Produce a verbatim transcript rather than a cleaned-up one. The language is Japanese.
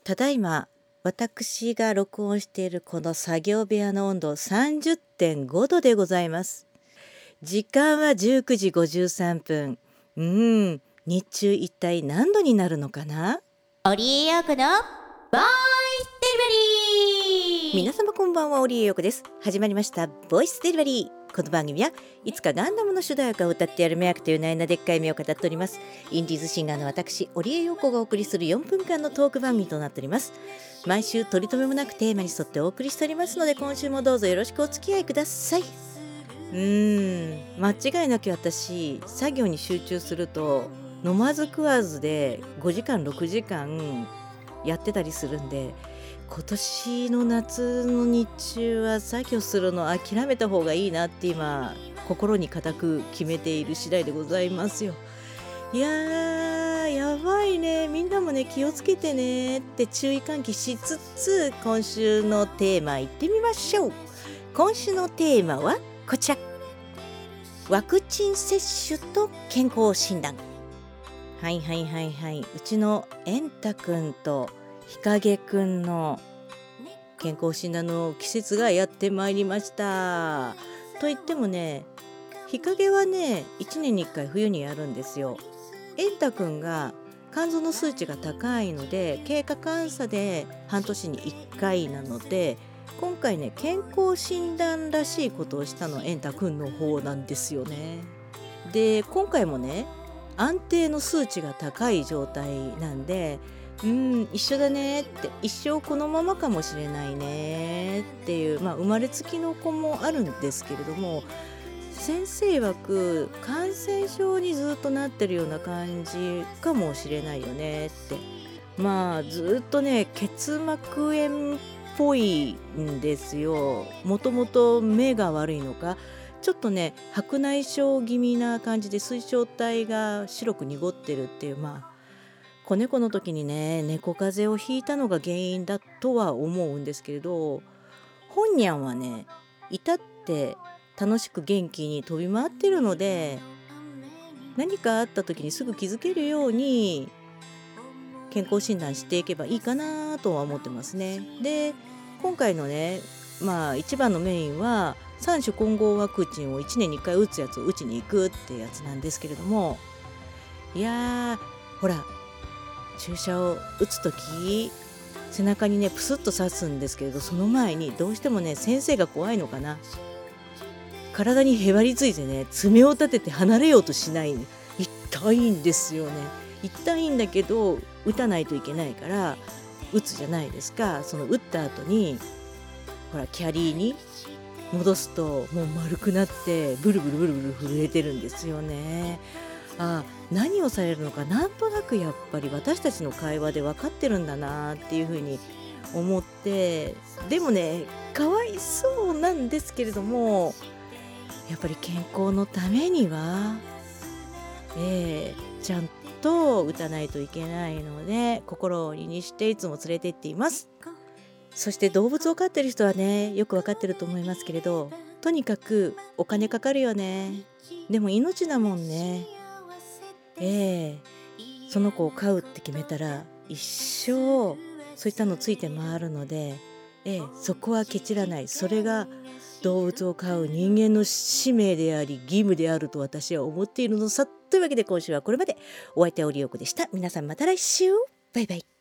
ただいま私が録音しているこの作業部屋の温度 さんじゅってんご 度でございます。時間はじゅうくじごじゅうさんぷん。うーん、日中一体何度になるのかな。 織江陽子のボイスデリバリー。 皆様こんばんは、織江陽子です。始まりましたボイスデリバリー。この番組はいつかガンダムの主題歌を歌ってやる目役という悩なでっかい目を語っております。インディーズシンガーの私織江陽子がお送りするよんぷんかんのトーク番組となっております。毎週取り留めもなくテーマに沿ってお送りしておりますので、今週もどうぞよろしくお付き合いください。うーん間違いなく私作業に集中すると飲まず食わずでごじかんろくじかんやってたりするんで、今年の夏の日中は作業するの諦めた方がいいなって今心に固く決めている次第でございますよ。いやーやばいね、みんなもね気をつけてねって注意喚起しつつ、今週のテーマいってみましょう。今週のテーマはこちら、ワクチン接種と健康診断。はいはいはいはい、うちのエンタくんと日陰くんの健康診断の季節がやってまいりました。といってもね、日陰はねいちねんにいっかい冬にやるんですよ。エンタくんが肝臓の数値が高いので経過監査で半年にいっかいなので、今回ね健康診断らしいことをしたのエンタくんの方なんですよね。で今回もね安定の数値が高い状態なんで、うーん一緒だねって、一生このままかもしれないねっていう、まあ生まれつきの子もあるんですけれども、先生曰く感染症にずっとなってるような感じかもしれないよねって。まあずっとね結膜炎っぽいんですよ。もともと目が悪いのか、ちょっとね白内障気味な感じで水晶体が白く濁ってるっていう、まあ子猫の時にね猫風邪をひいたのが原因だとは思うんですけれど、本にゃんはね至って楽しく元気に飛び回ってるので、何かあった時にすぐ気づけるように健康診断していけばいいかなとは思ってますね。で今回のねまあ一番のメインはさん種混合ワクチンをいちねんにいっかい打つやつを打ちに行くってやつなんですけれども、いやーほら注射を打つ時背中にねプスッと刺すんですけれど、その前にどうしてもね先生が怖いのかな、体にへばりついてね爪を立てて離れようとしない。痛いんですよね。痛いんだけど打たないといけないから打つじゃないですか。その打った後にほらキャリーに戻すともう丸くなってブルブルブルブル震えてるんですよね。ああ何をされるのかなんとなくやっぱり私たちの会話で分かってるんだなっていうふうに思って、でもねかわいそうなんですけれども、やっぱり健康のためには、えー、ちゃんと打たないといけないので心を鬼にしていつも連れて行っています。そして動物を飼ってる人はねよく分かってると思いますけれど、とにかくお金かかるよね。でも命だもんね。ええその子を飼うって決めたら一生そういったのついて回るので、ええそこはケチらない。それが動物を飼う人間の使命であり義務であると私は思っているのさ。というわけで今週はこれまで。お相手は織陽子でした。皆さんまた来週。バイバイ。